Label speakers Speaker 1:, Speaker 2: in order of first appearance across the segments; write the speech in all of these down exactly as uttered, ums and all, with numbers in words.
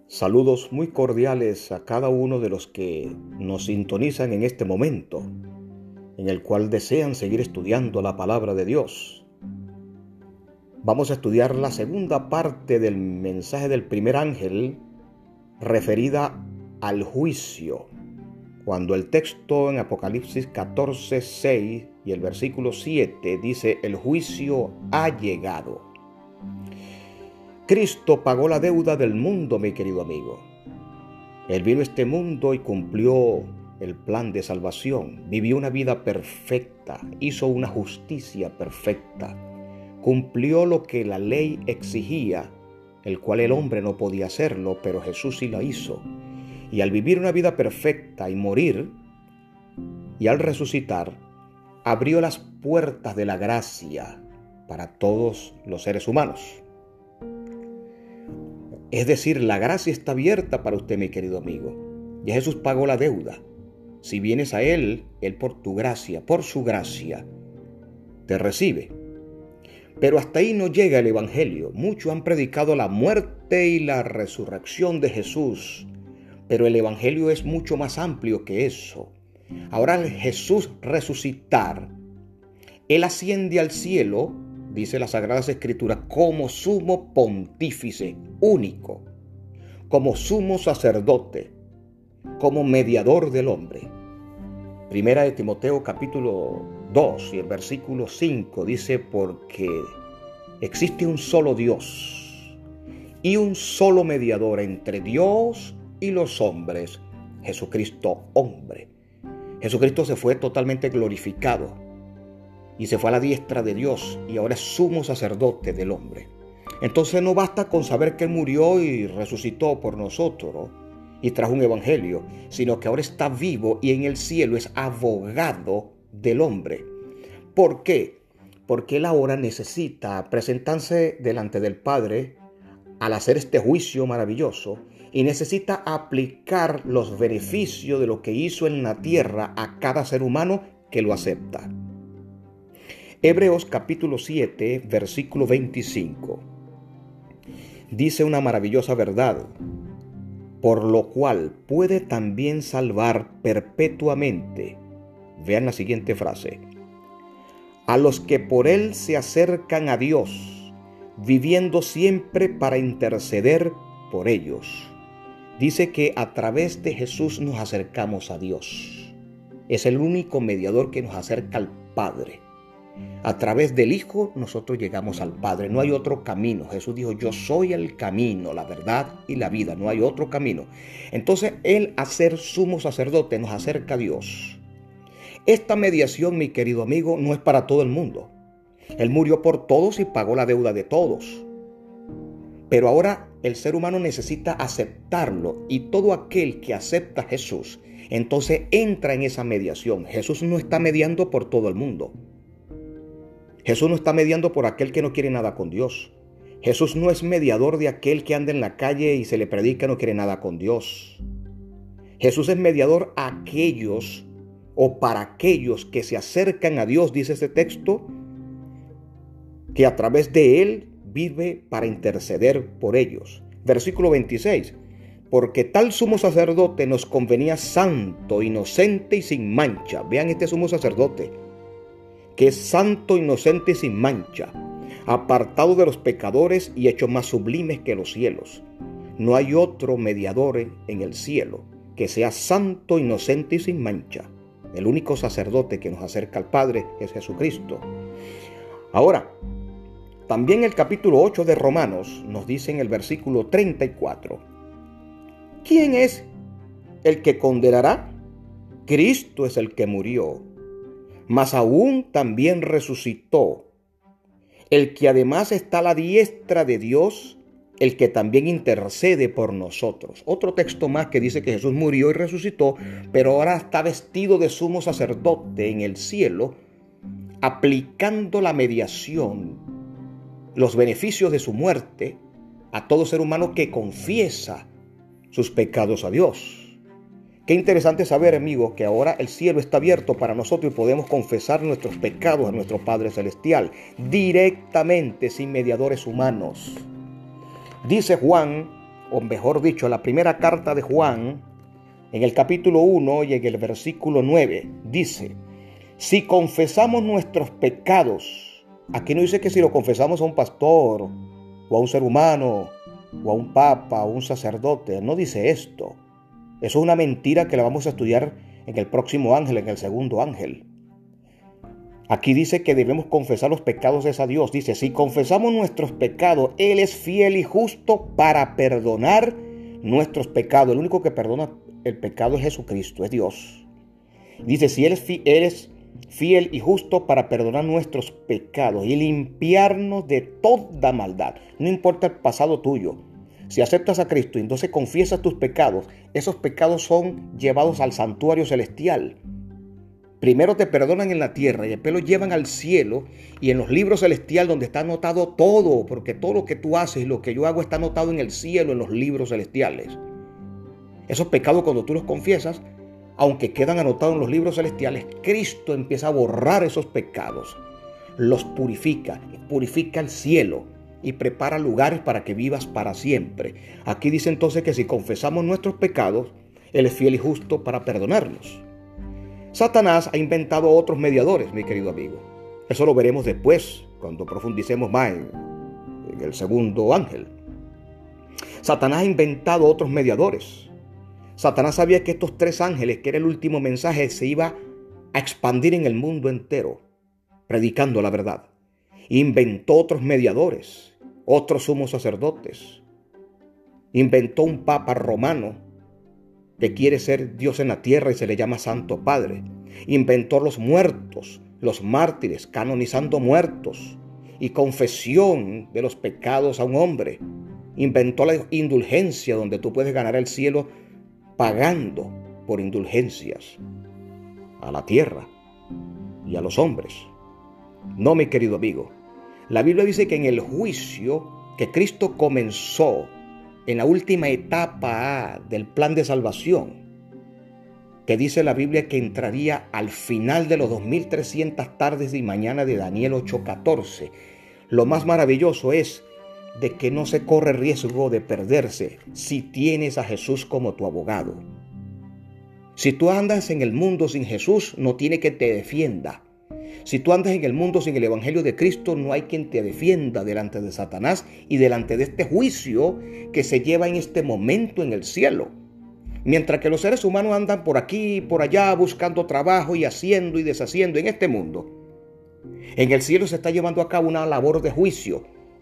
Speaker 1: Saludos muy cordiales a cada uno de los que nos sintonizan en este momento, en el cual desean seguir estudiando la palabra de Dios. Vamos a estudiar la segunda parte del mensaje del primer ángel, referida al juicio, cuando el texto en Apocalipsis catorce, seis y el versículo siete dice: el juicio ha llegado. Cristo pagó la deuda del mundo, mi querido amigo. Él vino a este mundo y cumplió el plan de salvación. Vivió una vida perfecta, hizo una justicia perfecta. Cumplió lo que la ley exigía, el cual el hombre no podía hacerlo, pero Jesús sí lo hizo. Y al vivir una vida perfecta y morir, y al resucitar, abrió las puertas de la gracia para todos los seres humanos. Es decir, la gracia está abierta para usted, mi querido amigo. Ya Jesús pagó la deuda. Si vienes a Él, Él por tu gracia, por su gracia, te recibe. Pero hasta ahí no llega el Evangelio. Muchos han predicado la muerte y la resurrección de Jesús, pero el Evangelio es mucho más amplio que eso. Ahora, al Jesús resucitar, Él asciende al cielo, dice las Sagradas Escrituras, como sumo pontífice único, como sumo sacerdote, como mediador del hombre. Primera de Timoteo capítulo dos y el versículo cinco dice: porque existe un solo Dios y un solo mediador entre Dios y los hombres, Jesucristo hombre. Jesucristo se fue totalmente glorificado y se fue a la diestra de Dios y ahora es sumo sacerdote del hombre. Entonces no basta con saber que Él murió y resucitó por nosotros, ¿no? Y trajo un evangelio, sino que ahora está vivo y en el cielo es abogado del hombre. ¿Por qué? Porque Él ahora necesita presentarse delante del Padre al hacer este juicio maravilloso y necesita aplicar los beneficios de lo que hizo en la tierra a cada ser humano que lo acepta. Hebreos capítulo siete, versículo veinticinco. Dice una maravillosa verdad: por lo cual puede también salvar perpetuamente. Vean la siguiente frase: a los que por Él se acercan a Dios, viviendo siempre para interceder por ellos. Dice que a través de Jesús nos acercamos a Dios. Es el único mediador que nos acerca al Padre. A través del Hijo nosotros llegamos al Padre. No hay otro camino. Jesús dijo: yo soy el camino, la verdad y la vida. No hay otro camino. Entonces, Él, a ser sumo sacerdote, nos acerca a Dios. Esta mediación, mi querido amigo, no es para todo el mundo. Él murió por todos y pagó la deuda de todos. Pero ahora el ser humano necesita aceptarlo, y todo aquel que acepta a Jesús, entonces entra en esa mediación. Jesús no está mediando por todo el mundo. Jesús no está mediando por aquel que no quiere nada con Dios. Jesús no es mediador de aquel que anda en la calle y se le predica y no quiere nada con Dios. Jesús es mediador a aquellos o para aquellos que se acercan a Dios, dice este texto, que a través de Él vive para interceder por ellos. Versículo veintiséis. Porque tal sumo sacerdote nos convenía santo, inocente y sin mancha. Vean este sumo sacerdote, que es santo, inocente y sin mancha, apartado de los pecadores y hecho más sublimes que los cielos. No hay otro mediador en el cielo que sea santo, inocente y sin mancha. El único sacerdote que nos acerca al Padre es Jesucristo. Ahora, también el capítulo ocho de Romanos nos dice en el versículo treinta y cuatro: ¿quién es el que condenará? Cristo es el que murió, mas aún también resucitó, el que además está a la diestra de Dios, el que también intercede por nosotros. Otro texto más que dice que Jesús murió y resucitó, pero ahora está vestido de sumo sacerdote en el cielo, aplicando la mediación, los beneficios de su muerte a todo ser humano que confiesa sus pecados a Dios. Qué interesante saber, amigos, que ahora el cielo está abierto para nosotros y podemos confesar nuestros pecados a nuestro Padre Celestial directamente, sin mediadores humanos. Dice Juan o mejor dicho, la primera carta de Juan, en el capítulo uno y en el versículo nueve, dice: si confesamos nuestros pecados, aquí no dice que si lo confesamos a un pastor, o a un ser humano, o a un papa, o a un sacerdote, no dice esto. Eso es una mentira que la vamos a estudiar en el próximo ángel, en el segundo ángel. Aquí dice que debemos confesar los pecados de ese Dios. Dice, si confesamos nuestros pecados, Él es fiel y justo para perdonar nuestros pecados. El único que perdona el pecado es Jesucristo, es Dios. Dice, si Él es, fi- Él es fiel y justo para perdonar nuestros pecados y limpiarnos de toda maldad. No importa el pasado tuyo. Si aceptas a Cristo y entonces confiesas tus pecados, esos pecados son llevados al santuario celestial. Primero te perdonan en la tierra y después los llevan al cielo y en los libros celestiales donde está anotado todo, porque todo lo que tú haces y lo que yo hago está anotado en el cielo, en los libros celestiales. Esos pecados cuando tú los confiesas, aunque quedan anotados en los libros celestiales, Cristo empieza a borrar esos pecados, los purifica, purifica el cielo y prepara lugares para que vivas para siempre. Aquí dice entonces que si confesamos nuestros pecados, Él es fiel y justo para perdonarlos. Satanás ha inventado otros mediadores, mi querido amigo. Eso lo veremos después, cuando profundicemos más en, en el segundo ángel. Satanás ha inventado otros mediadores. Satanás sabía que estos tres ángeles, que era el último mensaje, se iba a expandir en el mundo entero, predicando la verdad. Inventó otros mediadores, otros sumos sacerdotes. Inventó un papa romano que quiere ser Dios en la tierra y se le llama Santo Padre. Inventó los muertos, los mártires, canonizando muertos y confesión de los pecados a un hombre. Inventó la indulgencia, donde tú puedes ganar el cielo pagando por indulgencias a la tierra y a los hombres. No, mi querido amigo. La Biblia dice que en el juicio que Cristo comenzó en la última etapa del plan de salvación, que dice la Biblia que entraría al final de los dos mil trescientas tardes y mañana de Daniel ocho catorce. Lo más maravilloso es de que no se corre riesgo de perderse si tienes a Jesús como tu abogado. Si tú andas en el mundo sin Jesús, no tiene que te defienda. Si tú andas en el mundo sin el Evangelio de Cristo, no hay quien te defienda delante de Satanás y delante de este juicio que se lleva en este momento en el cielo. Mientras que los seres humanos andan por aquí y por allá buscando trabajo y haciendo y deshaciendo en este mundo, en el cielo se está llevando a cabo una labor de juicio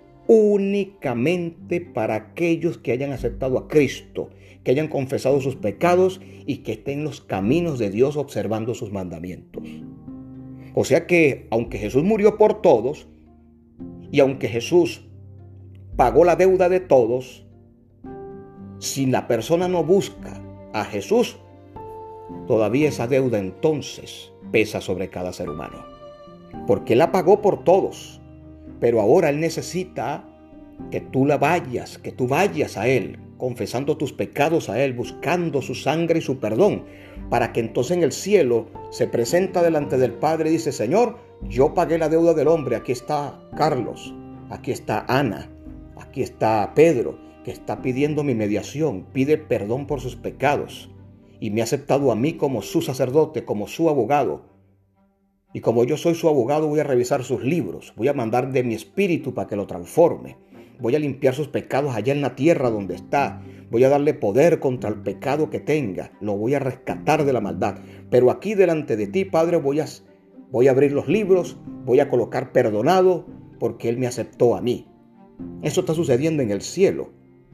Speaker 1: únicamente para aquellos que hayan aceptado a Cristo, que hayan confesado sus pecados y que estén en los caminos de Dios observando sus mandamientos. O sea que, aunque Jesús murió por todos, y aunque Jesús pagó la deuda de todos, si la persona no busca a Jesús, todavía esa deuda entonces pesa sobre cada ser humano. Porque Él la pagó por todos, pero ahora Él necesita que tú la vayas, que tú vayas a Él, confesando tus pecados a Él, buscando su sangre y su perdón, para que entonces en el cielo se presenta delante del Padre y dice: Señor, yo pagué la deuda del hombre. Aquí está Carlos, aquí está Ana, aquí está Pedro, que está pidiendo mi mediación, pide perdón por sus pecados y me ha aceptado a mí como su sacerdote, como su abogado. Y como yo soy su abogado, voy a revisar sus libros, voy a mandar de mi espíritu para que lo transforme. Voy a limpiar sus pecados allá en la tierra donde está. Voy a darle poder contra el pecado que tenga. Lo voy a rescatar de la maldad. Pero aquí delante de ti, Padre, voy a, voy a abrir los libros, voy a colocar perdonado, porque Él me aceptó a mí. Eso está sucediendo en el cielo.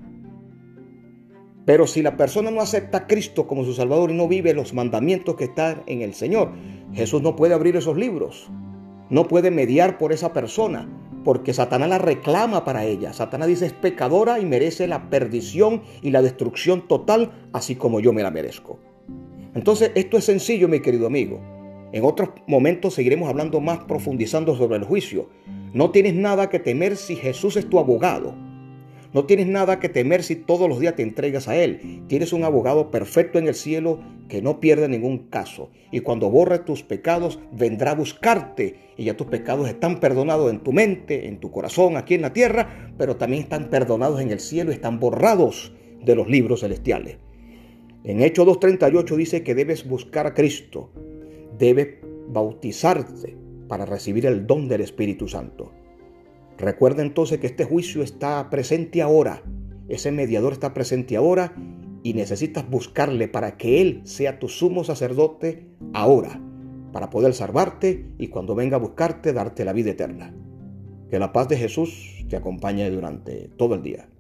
Speaker 1: Pero si la persona no acepta a Cristo como su Salvador y no vive los mandamientos que están en el Señor, Jesús no puede abrir esos libros. No puede mediar por esa persona, porque Satanás la reclama para ella. Satanás dice: es pecadora y merece la perdición y la destrucción total, así como yo me la merezco. Entonces, esto es sencillo, mi querido amigo. En otros momentos seguiremos hablando más, profundizando sobre el juicio. No tienes nada que temer si Jesús es tu abogado. No tienes nada que temer si todos los días te entregas a Él. Tienes un abogado perfecto en el cielo que no pierde ningún caso. Y cuando borre tus pecados, vendrá a buscarte. Y ya tus pecados están perdonados en tu mente, en tu corazón, aquí en la tierra, pero también están perdonados en el cielo, están borrados de los libros celestiales. En Hechos dos treinta y ocho dice que debes buscar a Cristo, debes bautizarte para recibir el don del Espíritu Santo. Recuerda entonces que este juicio está presente ahora, ese mediador está presente ahora y necesitas buscarle para que Él sea tu sumo sacerdote ahora, para poder salvarte y cuando venga a buscarte darte la vida eterna. Que la paz de Jesús te acompañe durante todo el día.